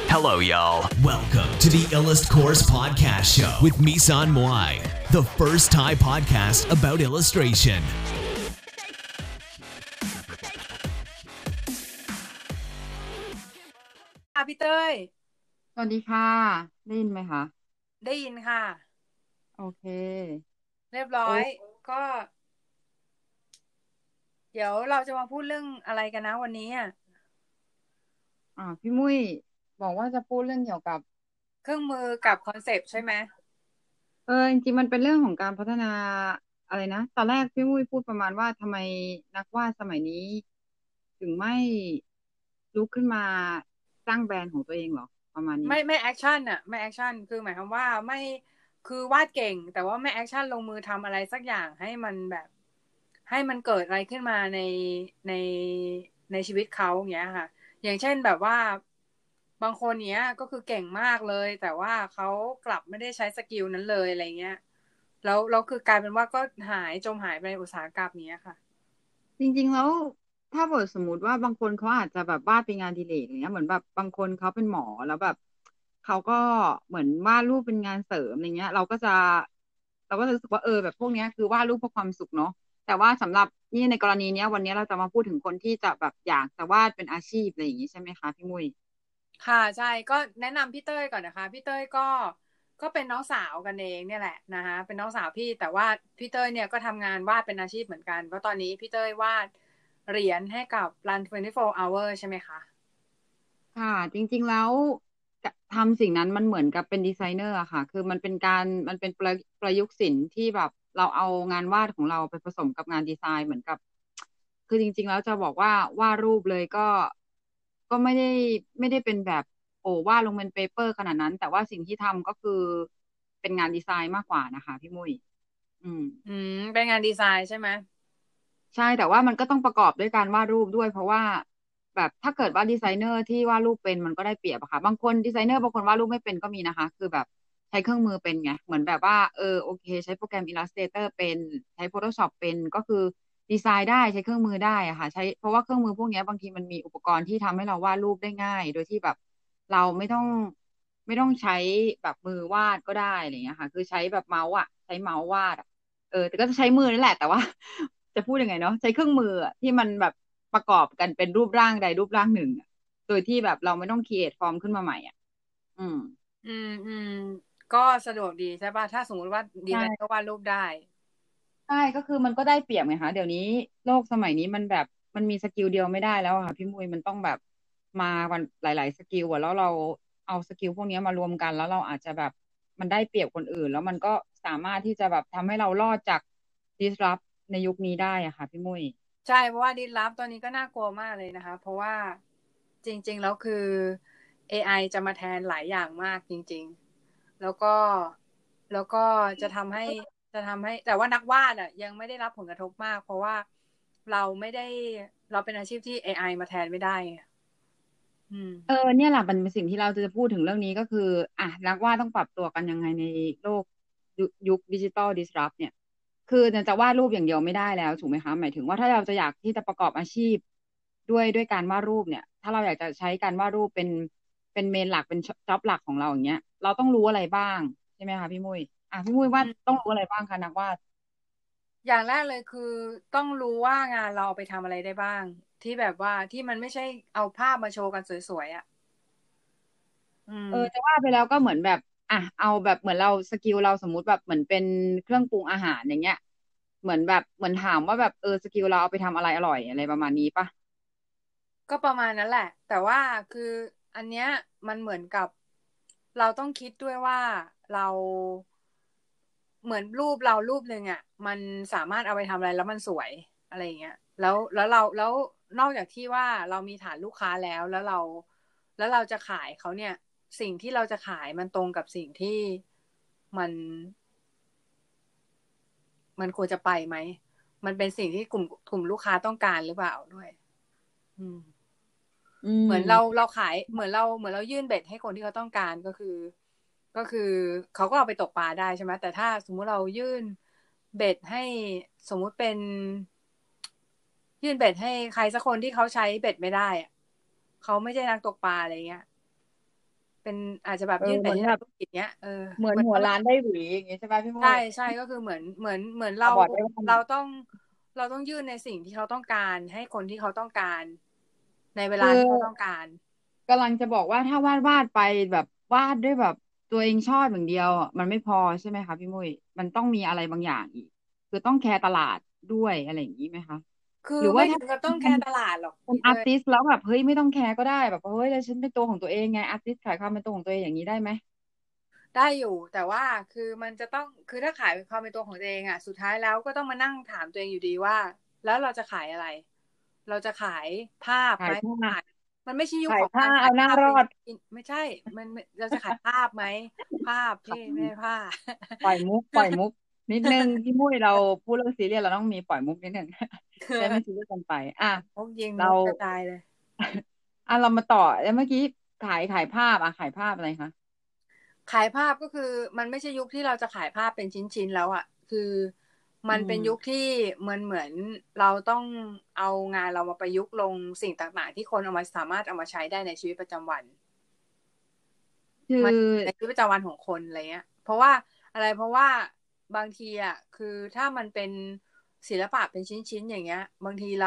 Hello, y'all. Welcome to the Illust Course Podcast Show with Misan Moai, the first Thai podcast about illustration. ค่ะพี่เต้ยสวัสดีค่ะได้ยินไหมคะได้ยินค่ะโอเคเรียบร้อยก็เดี๋ยวเราจะมาพูดเรื่องอะไรกันนะวันนี้พี่มุ้ยบอกว่าจะพูดเรื่องเกี่ยวกับเครื่องมือกับคอนเซปต์ใช่ไหมจริงๆมันเป็นเรื่องของการพัฒนาอะไรนะตอนแรกพี่มุ้ยพูดประมาณว่าทำไมนักวาดสมัยนี้ถึงไม่ลุกขึ้นมาสร้างแบรนด์ของตัวเองหรอประมาณนี้ไม่แอคชั่นไม่แอคชั่นคือหมายความว่าไม่คือวาดเก่งแต่ว่าไม่แอคชั่นลงมือทำอะไรสักอย่างให้มันแบบให้มันเกิดอะไรขึ้นมาในในชีวิตเขาอย่างเงี้ยค่ะอย่างเช่นแบบว่าบางคนเนี้ยก็คือเก่งมากเลยแต่ว่าเขากลับไม่ได้ใช้สกิลนั้นเลยอะไรเงี้ยแล้วคือกลายเป็นว่าก็จมหายไปในอุตสาหกรรมนี้ค่ะจริงๆแล้วถ้าบทสมมติว่าบางคนเขาอาจจะแบบวาดเป็นงานอดิเรกอย่างเงี้ยเหมือนแบบบางคนเขาเป็นหมอแล้วแบบเขาก็เหมือนวาดรูปเป็นงานเสริมอะไรเงี้ยเราก็จะรู้สึกว่าแบบพวกเนี้ยคือวาดรูปเพื่อความสุขเนาะแต่ว่าสำหรับนี่ในกรณีเนี้ยวันนี้เราจะมาพูดถึงคนที่จะแบบอยากจะวาดเป็นอาชีพอะไรอย่างงี้ใช่ไหมคะพี่มุ้ยค่ะใช่ก็แนะนำพี่เต้ยก่อนนะคะพี่เต้ยก็เป็นน้องสาวกันเองเนี่ยแหละนะคะเป็นน้องสาวพี่แต่ว่าพี่เต้ยเนี่ยก็ทำงานวาดเป็นอาชีพเหมือนกันเพราะตอนนี้พี่เต้ยวาดเหรียญให้กับ Run 24 Hour ใช่ไหมคะค่ะจริงๆแล้วทำสิ่งนั้นมันเหมือนกับเป็นดีไซเนอร์อะค่ะคือมันเป็นประยุกต์ศิลป์ที่แบบเราเอางานวาดของเราไปผสมกับงานดีไซน์เหมือนกับคือจริงๆแล้วจะบอกว่าวาดรูปเลยก็ไม่ได้เป็นแบบวาดลงเป็นเปเปอร์ขนาดนั้นแต่ว่าสิ่งที่ทำก็คือเป็นงานดีไซน์มากกว่านะคะพี่มุ้ยอืมเป็นงานดีไซน์ใช่ไหมใช่แต่ว่ามันก็ต้องประกอบด้วยการวาดรูปด้วยเพราะว่าแบบถ้าเกิดว่าดีไซเนอร์ที่วาดรูปเป็นมันก็ได้เปรียบอะค่ะบางคนดีไซเนอร์บางคนวาดรูปไม่เป็นก็มีนะคะคือแบบใช้เครื่องมือเป็นไงเหมือนแบบว่าโอเคใช้โปรแกรม Illustrator เป็นใช้ Photoshop เป็นก็คือดีไซน์ได้ใช้เครื่องมือได้อะค่ะใช้เพราะว่าเครื่องมือพวกนี้บางทีมันมีอุปกรณ์ที่ทำให้เราวาดรูปได้ง่ายโดยที่แบบเราไม่ต้องใช้แบบมือวาดก็ได้อะไรอย่างเงี้ยค่ะคือใช้แบบเมาส์อะใช้เมาส์วาดอะ แต่ก็จะใช้มือนั่นแหละแต่ว่าจะพูดยังไงเนาะใช้เครื่องมืออะที่มันแบบประกอบกันเป็นรูปร่างใดรูปร่างหนึ่งอะโดยที่แบบเราไม่ต้องครีเอทฟอร์มขึ้นมาใหม่อ่ะอืมอืมอืมก็สะดวกดีใช่ป่ะถ้าสมมุติว่าดีไซเนอร์ใช่วาดรูปได้ใช่ก็คือมันก็ได้เปรียบไงคะเดี๋ยวนี้โลกสมัยนี้มันแบบมันมีสกิลเดียวไม่ได้แล้วอะค่ะพี่มุ้ยมันต้องแบบมาวันหลายๆสกิลอะแล้วเราเอาสกิลพวกนี้มารวมกันแล้วเราอาจจะแบบมันได้เปรียบคนอื่นแล้วมันก็สามารถที่จะแบบทำให้เรารอดจาก disrupt ในยุคนี้ได้อะค่ะพี่มุ้ยใช่เพราะว่าดิสลอฟตอนนี้ก็น่ากลัวมากเลยนะคะเพราะว่าจริงๆแล้วคือ AI จะมาแทนหลายอย่างมากจริงๆแล้วก็จะทำให้แต่ว่านักวาดยังไม่ได้รับผลกระทบมากเพราะว่าเราไม่ได้เราเป็นอาชีพที่ AI มาแทนไม่ได้เนี่ยแหละมันเป็นสิ่งที่เราจะพูดถึงเรื่องนี้ก็คือนักวาดต้องปรับตัวกันยังไงในโลกยุคดิจิตอลดิสรัปเนี่ยคือจะวาดรูปอย่างเดียวไม่ได้แล้วถูกไหมคะหมายถึงว่าถ้าเราจะอยากที่จะประกอบอาชีพด้วยการวาดรูปเนี่ยถ้าเราอยากจะใช้การวาดรูปเป็นเมนหลักเป็นจ็อบหลักของเราอย่างเงี้ยเราต้องรู้อะไรบ้างใช่ไหมคะพี่มุ้ยพี่มุ้ยว่าต้องรู้อะไรบ้างคะนักวาดอย่างแรกเลยคือต้องรู้ว่างานเราเอาไปทำอะไรได้บ้างที่แบบว่าที่มันไม่ใช่เอาภาพมาโชว์กันสวยๆจะว่าไปแล้วก็เหมือนแบบเอาแบบเหมือนเราสกิลเราสมมุติแบบเหมือนเป็นเครื่องปรุงอาหารอย่างเงี้ยเหมือนถามว่าแบบสกิลเราเอาไปทำอะไรอร่อยอะไรประมาณนี้ปะก็ประมาณนั้นแหละแต่ว่าคืออันเนี้ยมันเหมือนกับเราต้องคิดด้วยว่าเราเหมือนรูปเรารูปหนึ่งมันสามารถเอาไปทำอะไรแล้วมันสวยอะไรอย่างเงี้ยแล้วนอกจากที่ว่าเรามีฐานลูกค้าแล้วเราจะขายเขาเนี่ยสิ่งที่เราจะขายมันตรงกับสิ่งที่มันมันควรจะไปไหมมันเป็นสิ่งที่กลุ่มลูกค้าต้องการหรือเปล่าด้วยอืมอืเหมือนเรามเราขายเหมือนเรายื่นเบ็ดให้คนที่เขาต้องการก็คือเขาก็เอาไปตกปลาได้ใช่ไหมแต่ถ้าสมมุติเรายื่นเบ็ดให้สมมุติเป็นยื่นเบ็ดให้ใครสักคนที่เขาใช้เบ็ดไม่ได้เขาไม่ใช่นักตกปลาอะไรเงี้ยเป็นอาจจะแบบยื่นแผนที่เหมือนแบบธุรกิจเนี้ยเหมือนเหมือนหัวร้านได้หวีอย่างงี้ใช่ไหมพี่มุ้ใช่ยใช่ก็คือเหมือนตาบอดได้วันเราต้องเราต้องยื่นในสิ่งที่เขาต้องการให้คนที่เขาต้องการในเวลาคือที่เขาต้องการกำลังจะบอกว่าถ้าวาดไปแบบวาดด้วยแบบตัวเองชอบอย่างเดียวอ่ะมันไม่พอใช่ไหมคะพี่มุ้ยมันต้องมีอะไรบางอย่างอีกคือต้องแคร์ตลาดด้วยอะไรอย่างนี้ไหมคะคือหรือว่าถ้าไม่ถึงกับต้องแคมันร์ตลาดหรอกเป็นพี่เตยอาร์ติสแล้วแบบเฮ้ยไม่ต้องแคร์ก็ได้แบบเฮ้ยแล้วฉันเป็นตัวของตัวเองไงอาร์ติสขายความเป็นตัวของตัวเองอย่างนี้ได้ไหมได้อยู่แต่ว่าคือมันจะต้องคือถ้าขายความเป็นตัวของตัวเองอ่ะสุดท้ายแล้วก็ต้องมานั่งถามตัวเองอยู่ดีว่าแล้วเราจะขายอะไรเราจะขายภาพไหมขายผ้าขายมันไม่ใช่ยุคขายผ้าของการขาเอายภาพเป็นหน้ารอดไม่ใช่เราจะขายภาพไหมภาพพี่ไม่ใช่ผ้าปล่อยมุกนิดนึงพี่มุ้ยเราพูดเรื่องซีเรียสเราต้องมีปล่อยมุกนิดนึงจะได้ไม่ซีเรียสเกันไปอ่ะมุกยิงเรามุกกระจายเลยอ่ะเรามาต่อแล้วเมื่อกี้ขายภาพอ่ะขายภาพอะไรคะขายภาพก็คือมันไม่ใช่ยุคที่เราจะขายภาพเป็นชิ้นๆแล้วอ่ะคืออืมันเป็นยุคมที่เหมือนเราต้องเอางานเรามาประยุกต์ลงสิ่งต่างๆที่คนเอามาสามารถเอามาใช้ได้ในชีวิตประจำวันคือมันในชีวิตประจำวันของคนอะไรเงี้ยเพราะว่าบางทีอ่ะคือถ้ามันเป็นศิลปะเป็นชิ้นๆอย่างเงี้ยบางทีเรา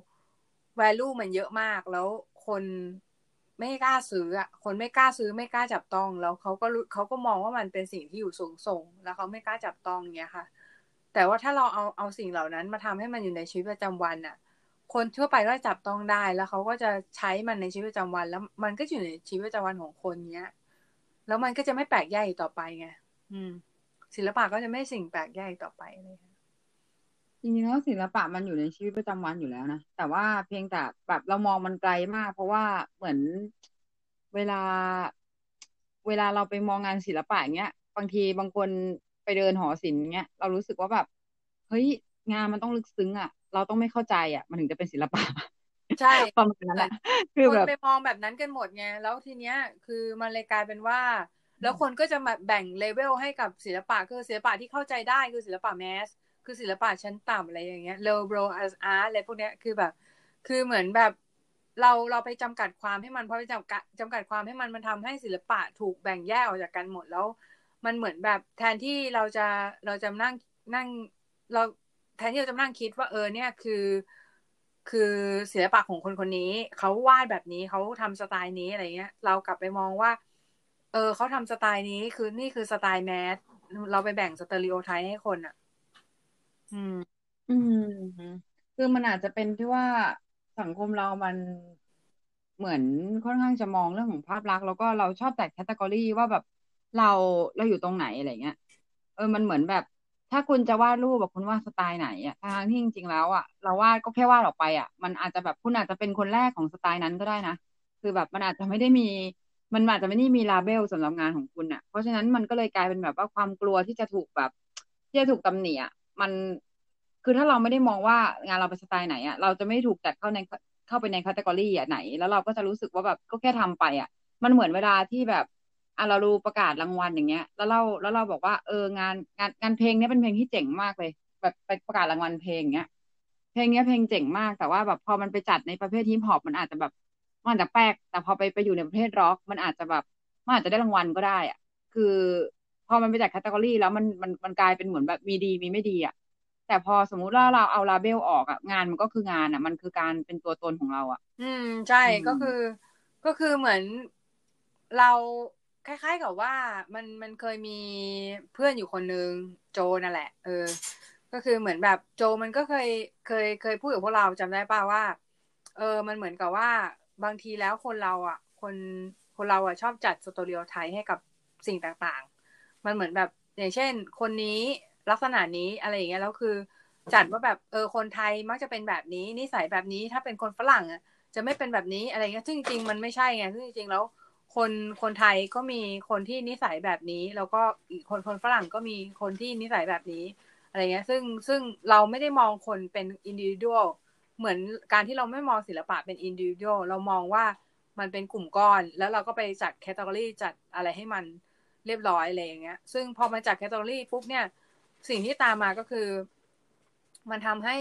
value มันเยอะมากแล้วคนไม่กล้าซื้ออ่ะคนไม่กล้าซื้อไม่กล้าจับต้องแล้วเขาก็มองว่ามันเป็นสิ่งที่อยู่สูงส่งแล้วเขาไม่กล้าจับต้องเงี้ยค่ะแต่ว่าถ้าเราเอาสิ่งเหล่านั้นมาทำให้มันอยู่ในชีวิตประจำวันอ่ะคนทั่วไปก็จับต้องได้แล้วเขาก็จะใช้มันในชีวิตประจำวันแล้วมันก็อยู่ในชีวิตประจำวันของคนเนี้ย แล้วมันก็จะไม่แปลกแยกอีกต่อไปไงอืมศิลปะก็จะไม่สิ่งแปลกแยกอีกต่อไปเลยจริงๆแล้วศิลปะมันอยู่ในชีวิตประจำวันอยู่แล้วนะแต่ว่าเพียงแต่แบบเรามองมันไกลมากเพราะว่าเหมือนเวลาเวลาเราไปมองงานศิลปะอย่างเงี้ยบางทีบางคนไปเดินหอศิลป์เงี้ยเรารู้สึกว่าแบบเฮ้ยงานมันต้องลึกซึ้งอ่ะเราต้องไม่เข้าใจอ่ะมันถึงจะเป็นศิลปะใช่ประมาณนั้นเหมือนอ่ะคือแบบคนไปมองแบบนั้นกันหมดไงแล้วทีเนี้ยคือมันเลยกลายเป็นว่าแล้วคนก็จะมาแบ่งเลเวลให้กับศิลปะคือศิลปะที่เข้าใจได้คือศิลปะแมสคือศิลปะชั้นต่ำอะไรอย่างเงี้ย low brow art อะไรพวกเนี้ยคือแบบคือเหมือนแบบเราไปจำกัดความให้มันเพราะไปจำกัดความให้มันทำให้ศิลปะถูกแบ่งแยกออกจากกันหมดแล้วมันเหมือนแบบแทนที่เราจะนั่งเราแทนที่เราจะนั่งคิดว่าเนี่ยคือศิลปะของคนคนนี้เขาวาดแบบนี้เขาทำสไตล์นี้อะไรเงี้ยเรากลับไปมองว่าเขาทำสไตล์นี้คือนี่คือสไตล์แมสเราไปแบ่งสเตอริโอไทป์ให้คนอ่ะอืมอืมคือมันอาจจะเป็นที่ว่าสังคมเรามันเหมือนค่อนข้างจะมองเรื่องของภาพลักษณ์แล้วก็เราชอบแตกแคตตากรีว่าแบบเราเราอยู่ตรงไหนอะไรเงี้ยมันเหมือนแบบถ้าคุณจะวาดรูปแบบคุณวาดสไตล์ไหนอ่ะทางที่จริงๆแล้วอ่ะเราวาดก็แค่วาดออกไปอ่ะมันอาจจะแบบคุณอาจจะเป็นคนแรกของสไตล์นั้นก็ได้นะคือแบบมันอาจจะไม่ได้มีมันอาจจะไม่ได้มีลาเบลสำหรับงานของคุณอ่ะเพราะฉะนั้นมันก็เลยกลายเป็นแบบว่าความกลัวที่จะถูกแบบที่จะถูกตำหนิอ่ะมัน คือถ้าเราไม่ได้มองว่างานเราเป็นสไตล์ไหนอ่ะเราจะไม่ถูกจัดเข้าไปในแคตตากรีอ่ะไหนแล้วเราก็จะรู้สึกว่าแบบก็แค่ทำไปอ่ะมันเหมือนเวลาที่แบบเราดูประกาศรางวัลอย่างเงี้ยแล้วเราบอกว่างานเพลงเนี้ยเป็นเพลงที่เจ๋งมากเลยแบบไปประกาศรางวัลเพลงเนี้ยเพลงเนี้ยเพลงเจ๋งมากแต่ว่าแบบพอมันไปจัดในประเภทฮิปฮอปมันอาจจะแบบมันอาจจะแปลกแต่พอไปอยู่ในประเภทร็อกมันอาจจะแบบมันอาจจะได้รางวัลก็ได้อ่ะคือพอมันไปจัดแคตตากรีแล้วมันกลายเป็นเหมือนแบบมีดีมีไม่ดีอ่ะ แต่พอสมมุติว่าเราเอาลาเบลออกอ่ะงานมันก็คืองานอ่ะมันคือการเป็นตัวตนของเราอ่ะใช่อืมก็คือเหมือนเราคล้ายๆกับว่ามันเคยมีเพื่อนอยู่คนนึงโจนั่นแหละก็คือเหมือนแบบโจมันก็เคยพูดกับพวกเราจำได้ป่ะว่ามันเหมือนกับว่าบางทีแล้วคนเราอ่ะคนเราอ่ะชอบจัดสโตริโอไทป์ให้กับสิ่งต่างๆมันเหมือนแบบอย่างเช่นคนนี้ลักษณะนี้อะไรอย่างเงี้ยแล้วคือจัดว่าแบบคนไทยมักจะเป็นแบบนี้นิสัยแบบนี้ถ้าเป็นคนฝรั่งอ่ะ จะไม่เป็นแบบนี้อะไรเงี้ยซึ่งจริงๆมันไม่ใช่ไงซึ่งจริงๆแล้วคนคนไทยก็มีคนที่นิสัยแบบนี้แล้วก็อีกคนฝรั่งก็มีคนที่นิสัยแบบนี้อะไรเงี้ยซึ่งเราไม่ได้มองคนเป็นอินดิวิ u a l เหมือนการที่เราไม่มองศิลปะเป็นอินดิวิ u a l เรามองว่ามันเป็นกลุ่มก้อนแล้วเราก็ไปจัดแคตตากรีจัดอะไรให้มันเรียบร้อยอะไรอย่างเงี้ยซึ่งพอมาจัดแคตตากรีปุ๊บเนี่ยสิ่งที่ตามมาก็คือมันทำให้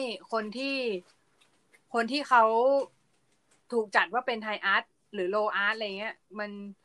คนที่เขาถูกจัดว่าเป็นไฮอาร์ตหรือโลอาร์ตอะไรเงี้ย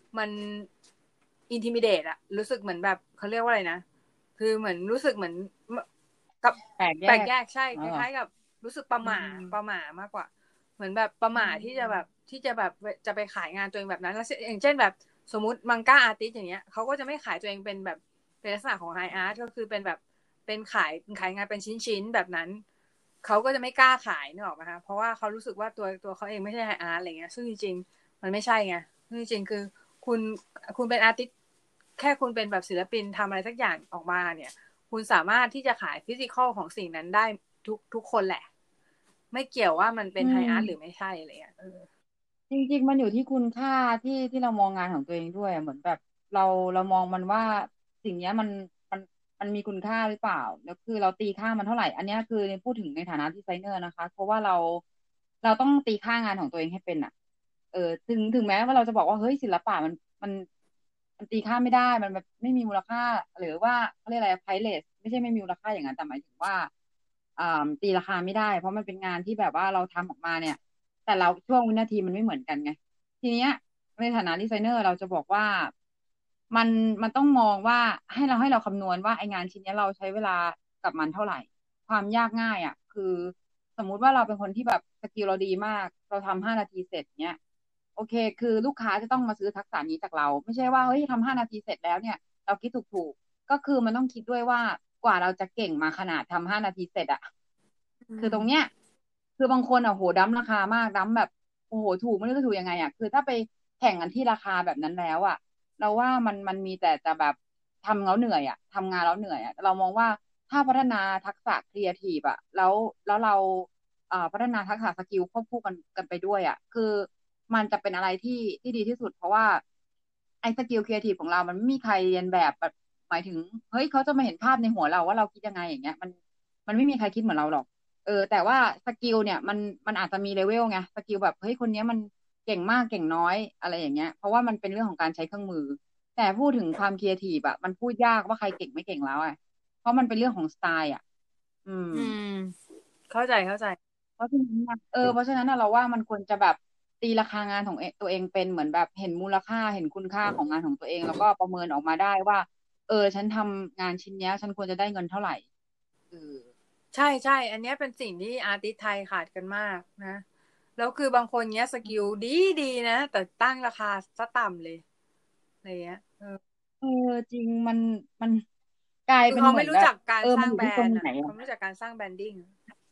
มันอินทิมิเดตอะรู้สึกเหมือนแบบเขาเรียกว่าอะไรนะคือเหมือนรู้สึกเหมือนกับแปลกแปลกแยแยกกใช่คล้ายๆกับรู้สึกประหม่ามากกว่าเหมือนแบบประหม่าที่จะแบบจะไปขายงานตัวเองแบบนั้นแล้วอย่างเช่นแบบสมมุติมังก้าอาร์ติสอย่างเงี้ยเขาก็จะไม่ขายตัวเองเป็นแบบเป็นลักษณะของไฮอาร์ตก็คือเป็นแบบเป็นขายงานเป็นชิ้นๆแบบนั้นเขาก็จะไม่กล้าขายนึกออกไหมคะเพราะว่าเขารู้สึกว่าตัวเขาเองไม่ใช่ไฮอาร์ตอะไรเงี้ยซึ่งจริงๆมันไม่ใช่ไงซึ่งจริงๆคือคุณคุณเป็นอาร์ติสแค่คุณเป็นแบบศิลปินทำอะไรสักอย่างออกมาเนี่ยคุณสามารถที่จะขายฟิสิกอลของสิ่งนั้นได้ทุกคนแหละไม่เกี่ยวว่ามันเป็นไฮอาร์ตหรือไม่ใช่อะไรเงี้ยจริงๆมันอยู่ที่คุณค่าที่เรามองงานของตัวเองด้วยเหมือนแบบเราเรามองมันว่าสิ่งเนี้ยมันมันมีคุณค่าหรือเปล่าแล้วคือเราตีค่ามันเท่าไหร่อันเนี้ยคือในพูดถึงในฐานะดีไซเนอร์นะคะเพราะว่าเราต้องตีค่างานของตัวเองให้เป็นอ่ะเออถึงแม้ว่าเราจะบอกว่าเฮ้ยศิลปะมันมันตีค่าไม่ได้มันแบบไม่มีมูลค่าหรือว่าเขาเรียกอะไร priceless ไม่ใช่ไม่มีมูลค่าอย่างนั้นแต่หมายถึงว่าตีราคาไม่ได้เพราะมันเป็นงานที่แบบว่าเราทำออกมาเนี่ย แต่เราช่วงวินาทีมันไม่เหมือนกันไงทีเนี้ยในฐานะดีไซเนอร์เราจะบอกว่ามันมันต้องมองว่าให้เราคำนวณว่าไองานชิ้นเนี้ยเราใช้เวลากับมันเท่าไหร่ความยากง่ายอ่ะคือสมมุติว่าเราเป็นคนที่แบบสกิลเราดีมากเราทำ5 นาทีเสร็จเนี้ยโอเคคือลูกค้าจะต้องมาซื้อทักษะนี้จากเราไม่ใช่ว่าเฮ้ยทำ5 นาทีเสร็จแล้วเนี่ยเราคิดถูกก็คือมันต้องคิดด้วยว่ากว่าเราจะเก่งมาขนาดทำห้านาทีเสร็จอะคือตรงเนี้ยคือบางคนอ่ะโหดั้มราคามากดั้มแบบโอ้โหถูกไม่รู้จะถูกยังไงอ่ะคือถ้าไปแข่งกันที่ราคาแบบนั้นแล้วอ่ะเราว่ามันมีแต่จะแบบทำแล้วเหนื่อยอ่ะทำงานแล้วเหนื่อยอ่ะเรามองว่าถ้าพัฒนาทักษะครีเอทีฟอ่ะแล้วเราพัฒนาทักษะสกิลควบคู่กันไปด้วยอ่ะคือมันจะเป็นอะไรที่ดีที่สุดเพราะว่าไอ้สกิลครีเอทีฟของเรามันไม่มีใครเรียนแบบหมายถึงเฮ้ยเขาจะมาเห็นภาพในหัวเราว่าเราคิดยังไงอย่างเงี้ยมันไม่มีใครคิดเหมือนเราหรอกแต่ว่าสกิลเนี่ยมันอาจจะมีเลเวลไงสกิลแบบเฮ้ยคนนี้มันเก่งมากเก่งน้อยอะไรอย่างเงี้ยเพราะว่ามันเป็นเรื่องของการใช้เครื่องมือแต่พูดถึงความครีเอทีฟอะมันพูดยากว่าใครเก่งไม่เก่งแล้วอะเพราะมันเป็นเรื่องของสไตล์อะอืมอืมเข้าใจเพราะฉะนั้นเราว่ามันควรจะแบบตีราคางานของตัวเองเป็นเหมือนแบบเห็นมูลค่าเห็นคุณค่าของงานของตัวเองแล้วก็ประเมินออกมาได้ว่าฉันทำงานชิ้นเนี้ยฉันควรจะได้เงินเท่าไหร่เออใช่อันนี้เป็นสิ่งที่อาร์ติสไทยขาดกันมากนะแล้วคือบางคนเนี้ยสกิลดีนะแต่ตั้งราคาซะต่ำเลยอะไรเงี้ยเออจริงมันกลายเป็นคือเขาไม่เหมือนแบบรู้จักการสร้างแบรมันอยู่ที่ตรนด์อ่ะงไหนอะเขาไม่รู้จักการสร้างแบรนดิ้ง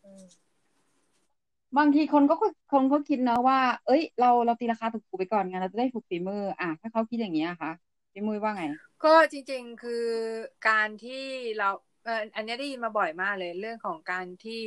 บางทีคนเขาคิดนะว่าเอ้ยเราตีราคาถูกๆไปก่อนไงเราจะได้ฝึกฝีมือถ้าเขาคิดอย่างนี้ยค่ะพี่มุ้ยว่าไงก็จริงๆคือการที่เราอันนี้ได้ยินมาบ่อยมากเลยเรื่องของการที่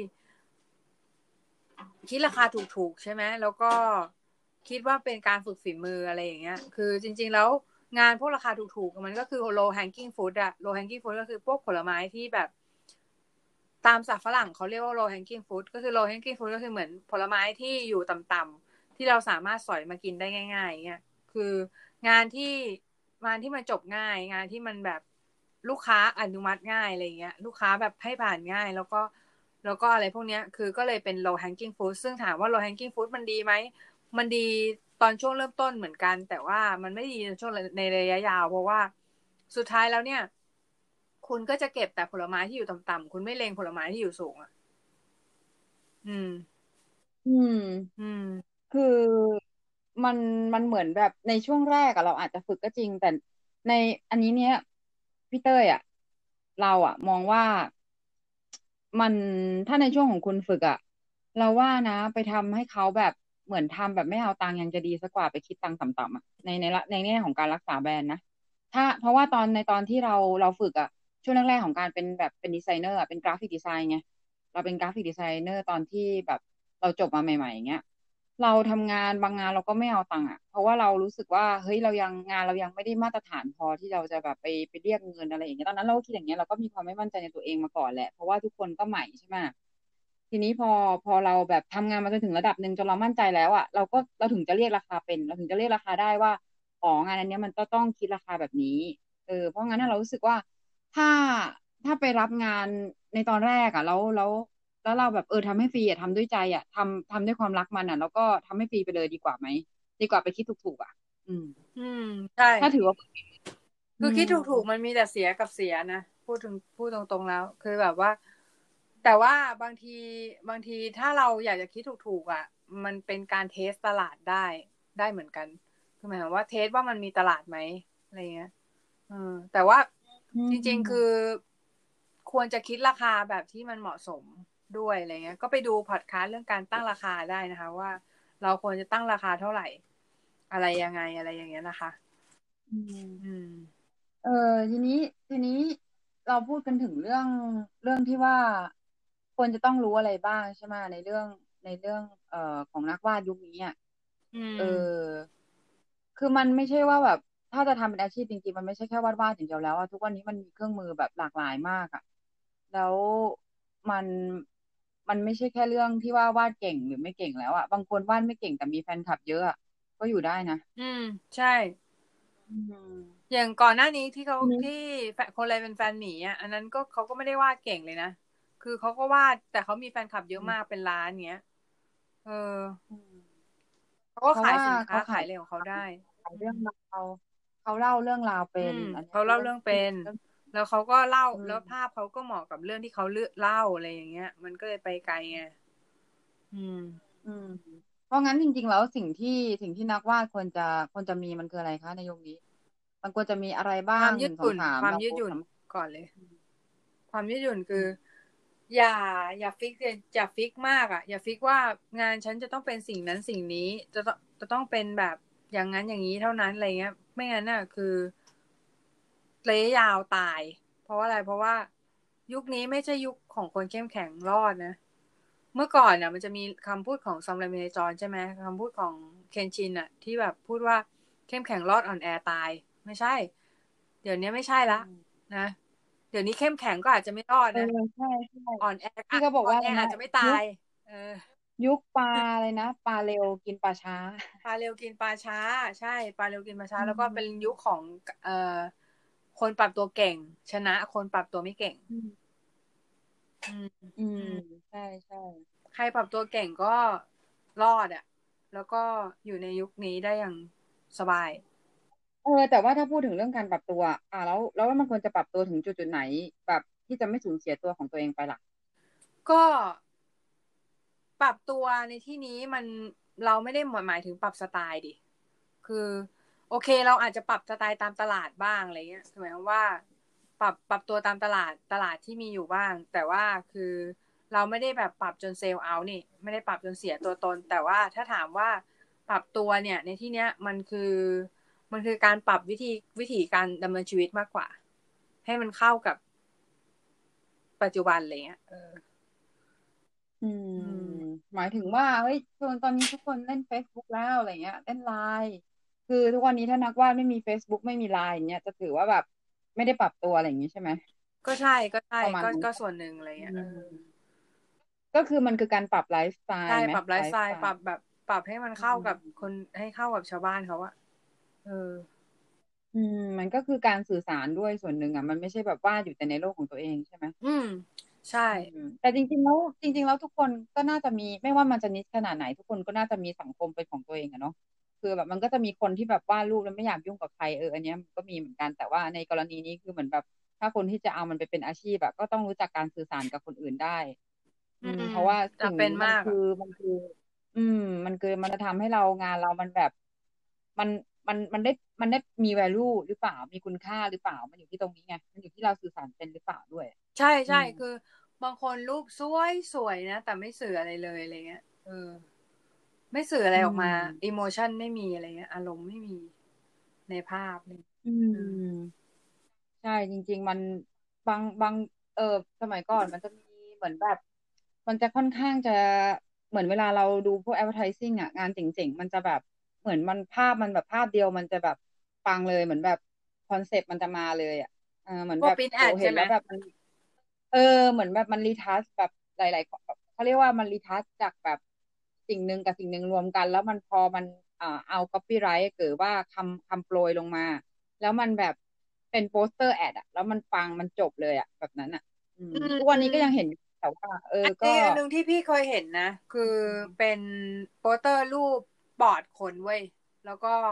คิดราคาถูกๆใช่ไหมแล้วก็คิดว่าเป็นการฝึกฝีมืออะไรอย่างเงี้ยคือจริงๆแล้วงานพวกราคาถูกๆมันก็คือ low hanging fruit อะ low hanging fruit ก็คือพวกผลไม้ที่แบบตามศัพท์ฝรั่งเขาเรียกว่า low hanging fruit ก็คือ low hanging fruit ก็คือเหมือนผลไม้ที่อยู่ต่ำๆที่เราสามารถสอยมากินได้ง่ายๆเงี้ยคืองานที่มันจบง่ายงานที่มันแบบลูกค้าอนุมัติง่ายอะไรเงี้ยลูกค้าแบบให้ผ่านง่ายแล้วก็อะไรพวกเนี้ยคือก็เลยเป็น low hanging fruit ซึ่งถามว่า low hanging fruit มันดีไหมมันดีตอนช่วงเริ่มต้นเหมือนกันแต่ว่ามันไม่ดีในช่วงในระยะยาวเพราะว่าสุดท้ายแล้วเนี่ยคุณก็จะเก็บแต่ผลไม้ที่อยู่ต่ำๆคุณไม่เล็งผลไม้ที่อยู่สูงอ่ะอืมอืมอืมคือมันมันเหมือนแบบในช่วงแรกอะเราอาจจะฝึกก็จริงแต่ในอันนี้เนี้ยพี่เต้ยอะเราอะมองว่ามันถ้าในช่วงของคุณฝึกอะเราว่านะไปทำให้เขาแบบเหมือนทำแบบไม่เอาตังค์ยังจะดีสักกว่าไปคิดตังค์ต่ำๆอะในแง่ของการรักษาแบรนด์นะเพราะว่าตอนที่เราฝึกอะช่วงแรกๆของการเป็นแบบเป็นดีไซเนอร์อะเป็นกราฟิกดีไซน์ไงเราเป็นกราฟิกดีไซเนอร์ตอนที่แบบเราจบมาใหม่ๆอย่างเงี้ย เราทำงานบางงานเราก็ไม่เอาตังค์อ่ะเพราะว่าเรารู้สึกว่าเฮ้ยเรายังไม่ได้มาตรฐานพอที่เราจะแบบไปเรียกเงินอะไรอย่างเงี้ยตอนนั้นเราก็คิดอย่างเงี้ยเราก็มีความไม่มั่นใจในตัวเองมาก่อนแหละเพราะว่าทุกคนก็ใหม่ใช่ไหมทีนี้พอเราแบบทำงานมาจนถึงระดับหนึ่งจนเรามั่นใจแล้วอ่ะเราถึงจะเรียกราคาเป็นเราถึงจะเรียกราคาได้ว่าอ๋องานอันเนี้ยมันต้องคิดราคาแบบนี้เพราะงั้นน่ะเรารู้สึกว่าถ้าถ้าไปรับงานในตอนแรกอ่ะแล้วเราแบบทำให้ฟรีอ่ะทำด้วยใจอ่ะทำด้วยความรักมันอ่ะแล้วก็ทำให้ฟรีไปเลยดีกว่าไหมดีกว่าไปคิดถูกๆอ่ะอืมใช่ถ้าถือว่าคือคิดถูกๆมันมีแต่เสียกับเสียนะพูดตรงๆแล้วคือแบบว่า แต่ว่าบางทีถ้าเราอยากจะคิดถูกๆอ่ะ มันเป็นการเทสตลาดได้เหมือนกันคือหมายความว่าเทสว่ามันมีตลาดไหมอะไรเงี้ยแต่ว่าจริงๆคือควรจะคิดราคาแบบที่มันเหมาะสมด้วยอะไรเงี้ยก็ไปดูพอดคาสต์เรื่องการตั้งราคาได้นะคะว่าเราควรจะตั้งราคาเท่าไหร่อะไรยังไงอะไรอย่างเงี้ยนะคะเออทีนี้เราพูดกันถึงเรื่องที่ว่าควรจะต้องรู้อะไรบ้างใช่ไหมในเรื่องของนักวาดยุคนี้อ่ะเออคือมันไม่ใช่ว่าแบบถ้าจะทำเป็นอาชีพจริงๆมันไม่ใช่แค่วาดอย่างเดียวแล้วอะทุกวันนี้มันมีเครื่องมือแบบหลากหลายมากอะแล้วมันมันไม่ใช่แค่เรื่องที่ว่าวาดเก่งหรือไม่เก่งแล้วอะบางคนวาดไม่เก่งแต่มีแฟนคลับเยอะอะก็อยู่ได้นะใช่อย่างก่อนหน้านี้ที่คนอะไรเป็นแฟนหมีอ่ะอันนั้นก็เขาก็ไม่ได้วาดเก่งเลยนะคือเขาก็วาดแต่เขามีแฟนคลับเยอะมากเป็นล้านเงี้ยเขาก็เพราะว่าขายสินค้าเขาขายอะไรของเขาได้ขายเรื่องราวเขาเล่าเรื่องราวเป็นอันนี้เขาเล่าเรื่องเรื่องเป็จริงนเรื่องแล้วเขาก็เล่าอืมแล้วภาพเขาก็เหมาะกับเรื่องที่เขาเล่าอะไรอย่างเงี้ยมันก็เลยไปไกลไงอืมเพราะงั้นจริงๆแล้วสิ่งที่นักวาดควรจะมีมันคืออะไรคะในยุคนี้มันควรจะมีอะไรบ้าควางหนึ่งสองมยืดหยุ่นสามเรานสามารถก่อนเลยความยืดหยุ่นอืคือมอย่าอย่าฟิกมากอ่ะอย่าฟิกว่างานฉันจะต้องเป็นสิ่งนั้นสิ่งนี้จะต้องเป็นแบบอย่างนั้นอย่างนี้เท่านั้นอะไรเงี้ยไม่งั้นน่ะคือระยะยาวตายเพราะว่าอะไรเพราะว่ายุคนี้ไม่ใช่ยุคของคนเข้มแข็งรอดนะเมื่อก่อนน่ะมันจะมีคำพูดของซอมไรเมเนจรใช่ไหมคำพูดของเคนชินอ่ะที่แบบพูดว่าเข้มแข็งรอดอ่อนแอตายไม่ใช่เดี๋ยวนี้ไม่ใช่ละนะเดี๋ยวนี้เข้มแข็งก็อาจจะไม่รอดเออนะใช่ใช่อ่อนแอที่เขาบอกว่าอะไรนะอาจจะไม่ตายุคยเออยุคปลาอะไรนะปลาเร็วกินปลาช้าปลาเร็วกินปลาช้าใช่ปลาเร็วกินปลาช้าอืแล้วก็เป็นยุคมของเอ่อคนปรับตัวเก่งชนะคนปรับตัวไม่เก่งอืมอืมอืมใช่ใช่ใครปรับตัวเก่งก็รอดอ่ะแล้วก็อยู่ในยุคนี้ได้อย่างสบายแต่ว่าถ้าพูดถึงเรื่องการปรับตัวแล้วมันควรจะปรับตัวถึงจุดไหนแบบที่จะไม่สูญเสียตัวของตัวเองไปล่ะก็ปรับตัวในที่นี้เราไม่ได้หมายถึงปรับสไตล์ดิคือโอเคเราอาจจะปรับสไตล์ตามตลาดบ้างอะไรเงี้ยหมายความว่าปรับตัวตามตลาดที่มีอยู่บ้างแต่ว่าคือเราไม่ได้แบบปรับจนเซลล์เอานี่ไม่ได้ปรับจนเสียตัวตนแต่ว่าถ้าถามว่าปรับตัวเนี่ยในที่เนี้ยมันคือการปรับวิธีการดำเนินชีวิตมากกว่าให้มันเข้ากับปัจจุบันอะไรเงี้ยอืมหมายถึงว่าเฮ้ยตอนนี้ทุกคนเล่น Facebook แล้วอะไรเงี้ยเล่นไลน์คือทุกวันนี้ถ้านักวาดไม่มี Facebook ไม่มีไลน์อย่างเงี้ยจะถือว่าแบบไม่ได้ปรับตัวอะไรอย่างงี้ใช่ไหมก็ใช่ประมาณนั้นก็ส่วนหนึ่งอะไรอืเงี้ยมก็คือมันคือการปรับไลฟ์สไตใช่ล์ไหมปรับไลไลฟ์สไตล์ปรับฟ์สไตล์แบบปรับให้มันอืเข้ากับคมนให้เข้ากับชาวบ้านเขาอะเออมันก็คือการสื่อสารด้วยส่วนหนึ่งอ่ะมันไม่ใช่แบบว่าอยู่แต่ในโลกของตัวเองใช่ไหมใช่แต่จริงแล้วทุกคนก็น่าจะมีไม่ว่ามันจะนิชขนาดไหนทุกคนก็น่าจะมีสังคมเป็นของตัวเองอะเนาะคือแบบมันก็จะมีคนที่แบบวาดรูปแล้วไม่อยากยุ่งกับใครอันเนี้ยมันก็มีเหมือนกันแต่ว่าในกรณีนี้คือเหมือนแบบถ้าคนที่จะเอามันไปเป็นอาชีพแบบก็ต้องรู้จักการสื่อสารกับคนอื่นได้อืมเพราะว่าจะสิ่งเป็นนี้มันคือมากอะมันคืออืมมันจะทำให้เรางานเรามันแบบมันมันได้มี value หรือเปล่ามีคุณค่าหรือเปล่ามันอยู่ที่ตรงนี้ไงมันอยู่ที่เราสื่อสารเป็นหรือเปล่าด้วยใช่อืมคือบางคนรูปสวยนะแต่ไม่สื่ออะไรเลยอะไรเงี้ยไม่สื่ออะไรอืออกมาอิมโมชันไม่มีอะไรเงี้ยอารมณ์ไม่มีในภาพเลยอืเออม ใช่จริงๆมันบางสมัยก่อนมันจะมีเหมือนแบบมันจะค่อนข้างจะเหมือนเวลาเราดูพวก advertising อ่ะงานเจ๋งๆมันจะแบบเหมือนมันภาพมันแบบภาพเดียวมันจะแบบปังเลยเหมือนแบบคอนเซปต์มันจะมาเลยอ่ะเหมือนแบบพวกปรินแอโหเห็นดใช่ไหมแล้วแบบมันเออเหมือนแบบมันรีทัชแบบหลายๆเขาเรียกว่ามันรีทัชจากแบบสิ่งหนึ่งกับสิ่งหนึ่งรวมกันแล้วมันพอมันเอา copyright หรือว่าคำโปรยลงมา แล้วมันแบบเป็นโปสเตอร์แอดอะแล้วมันปังมันจบเลยอะแบบนั้นอะอืมทุกวันอืมนี้ก็ยังเห็นอยู่แต่ว่าก็อันหนึ่งที่พี่เคยเห็นนะคือเป็นโปสเตอร์รูปปอดคนเว้ยแล้วก็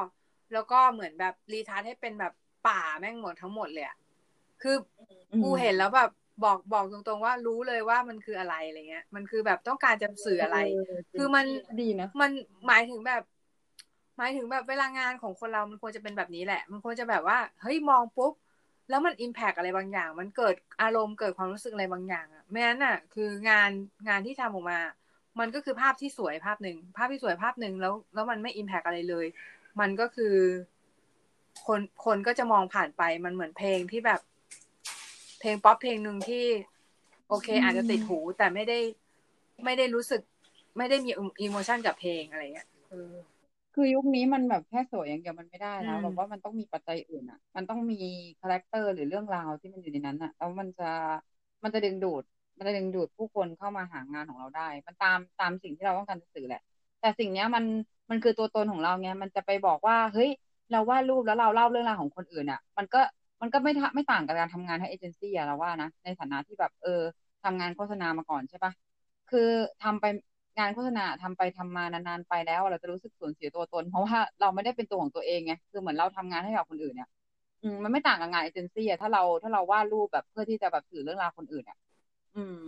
แล้วก็เหมือนแบบรีทัชให้เป็นแบบป่าแม่งหมดทั้งหมดเลยอะคือกูเห็นแล้วแบบบอกตรงๆว่ารู้เลยว่ามันคืออะไรอะไรเงี้ยมันคือแบบต้องการจะสื่ออะไรคือมันดีนะมันหมายถึงแบบเวลางานของคนเรามันควรจะเป็นแบบนี้แหละมันควรจะแบบว่าเฮ้ยมองปุ๊บแล้วมันอิมแพกอะไรบางอย่างมันเกิดอารมณ์เกิดความรู้สึกอะไรบางอย่างอ่ะไม่งั้นอ่ะคืองานที่ทำออกมามันก็คือภาพที่สวยภาพหนึ่งแล้วมันไม่อิมแพกอะไรเลยมันก็คือคนก็จะมองผ่านไปมันเหมือนเพลงที่แบบเพลงป๊อปเพลงหนึ่งที่โอเคอาจจะติดหูแต่ไม่ได้รู้สึกไม่ได้มีอิโมชันกับเพลงอะไรเงี้ยคือยุคนี้มันแบบแค่สวยอย่างเดียวมันไม่ได้แล้วแบบว่ามันต้องมีปัจจัยอื่นอ่ะมันต้องมีคาแรคเตอร์หรือเรื่องราวที่มันอยู่ในนั้นอ่ะแล้วมันจะดึงดูดผู้คนเข้ามาหางานของเราได้มันตามสิ่งที่เราต้องการจะสื่อแหละแต่สิ่งเนี้ยมันคือตัวตนของเราไงมันจะไปบอกว่าเฮ้ยเราวาดรูปแล้วเราเล่าเรื่องราวของคนอื่นอ่ะมันก็ไม่ต่างกับการทำงานให้เอเจนซี่อะเราว่านะในฐานะที่แบบทำงานโฆษณามาก่อนใช่ปะ คือทำไปงานโฆษณาทำไปทำมานานๆไปแล้วเราจะรู้สึกสูญเสียตัวตนเพราะว่าเราไม่ได้เป็นตัวของตัวเองไงคือเหมือนเราทำงานให้กับคนอื่นเนี่ยมันไม่ต่างกับงานเอเจนซี่อะถ้าเราวาดรูปแบบเพื่อที่จะแบบสื่อเรื่องราวคนอื่นอะอืม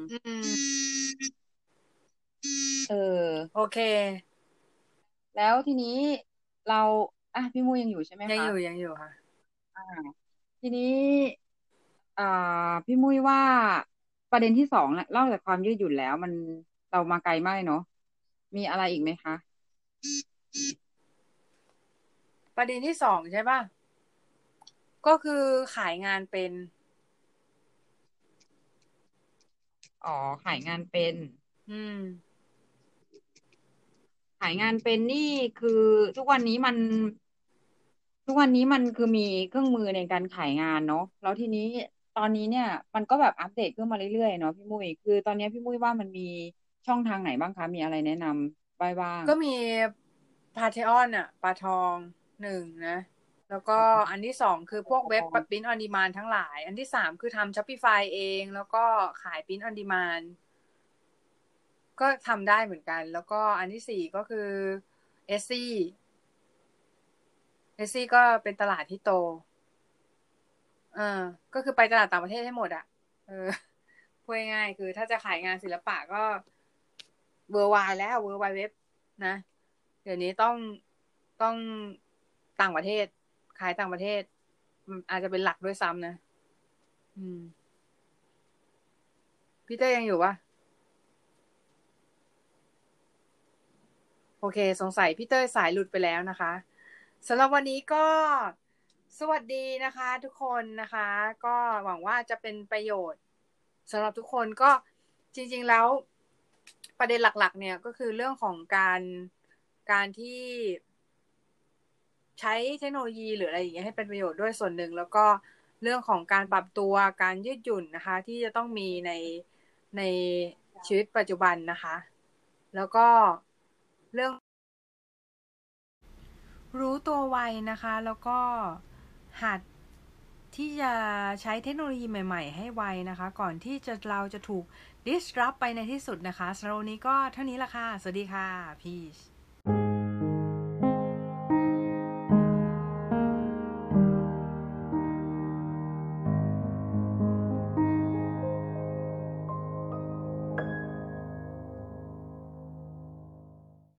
โอเคแล้วทีนี้เราพี่มูยังอยู่ใช่ไหมคะยังอยู่ค่ะอ่าทีนี้อ่าพี่มุ้ยว่าประเด็นที่สองเนี่ยเล่าจากความยืดหยุ่นแล้วมันเรามาไกลมากเนาะมีอะไรอีกไหมคะประเด็นที่สองใช่ป่ะก็คือขายงานเป็นอ๋อขายงานเป็นอืมขายงานเป็นนี่คือทุกวันนี้มันทุกวันนี้มันคือมีเครื่องมือในการขายงานเนาะแล้วทีนี้ตอนนี้เนี่ยมันก็แบบอัปเดตขึ้นมาเรื่อยๆเนาะพี่มุ้ยคือตอนนี้พี่มุ้ยว่ามันมีช่องทางไหนบ้างคะมีอะไรแนะนำบ้างก็มีพาเทออนอ่ะปลาทองหนึ่งนะแล้วก็อ๋ออันที่สองคือพวกเว็บปริ้นออนดีมานทั้งหลายอันที่สามคือทำ Shopify เองแล้วก็ขายปริ้นออนดีมานก็ทำได้เหมือนกันแล้วก็อันที่สี่ก็คือเอสซี่ก็เป็นตลาดที่โตก็คือไปตลาดต่างประเทศให้หมดอ่ะพูดง่ายๆคือถ้าจะขายงานศิลปะก็เวอร์ไวแล้วเวอร์ไวเว็บนะเดี๋ยวนี้ต้องต่างประเทศขายต่างประเทศอาจจะเป็นหลักด้วยซ้ำนะพี่เต้ยังอยู่ปะโอเคสงสัยพี่เต้สายหลุดไปแล้วนะคะสำหรับวันนี้ก็สวัสดีนะคะทุกคนนะคะก็หวังว่าจะเป็นประโยชน์สำหรับทุกคนก็จริงๆแล้วประเด็นหลักๆเนี่ยก็คือเรื่องของการที่ใช้เทคโนโลยีหรืออะไรอย่างเงี้ยให้เป็นประโยชน์ด้วยส่วนหนึ่งแล้วก็เรื่องของการปรับตัวการยืดหยุ่นนะคะที่จะต้องมีในชีวิตปัจจุบันนะคะแล้วก็เรื่องรู้ตัวไวนะคะแล้วก็หัดที่จะใช้เทคโนโลยีใหม่ๆให้ไวนะคะก่อนที่เราจะถูก disrupt ไปในที่สุดนะคะสำหรับวันนี้ก็เท่านี้ละค่ะสวัสดีค่ะพีช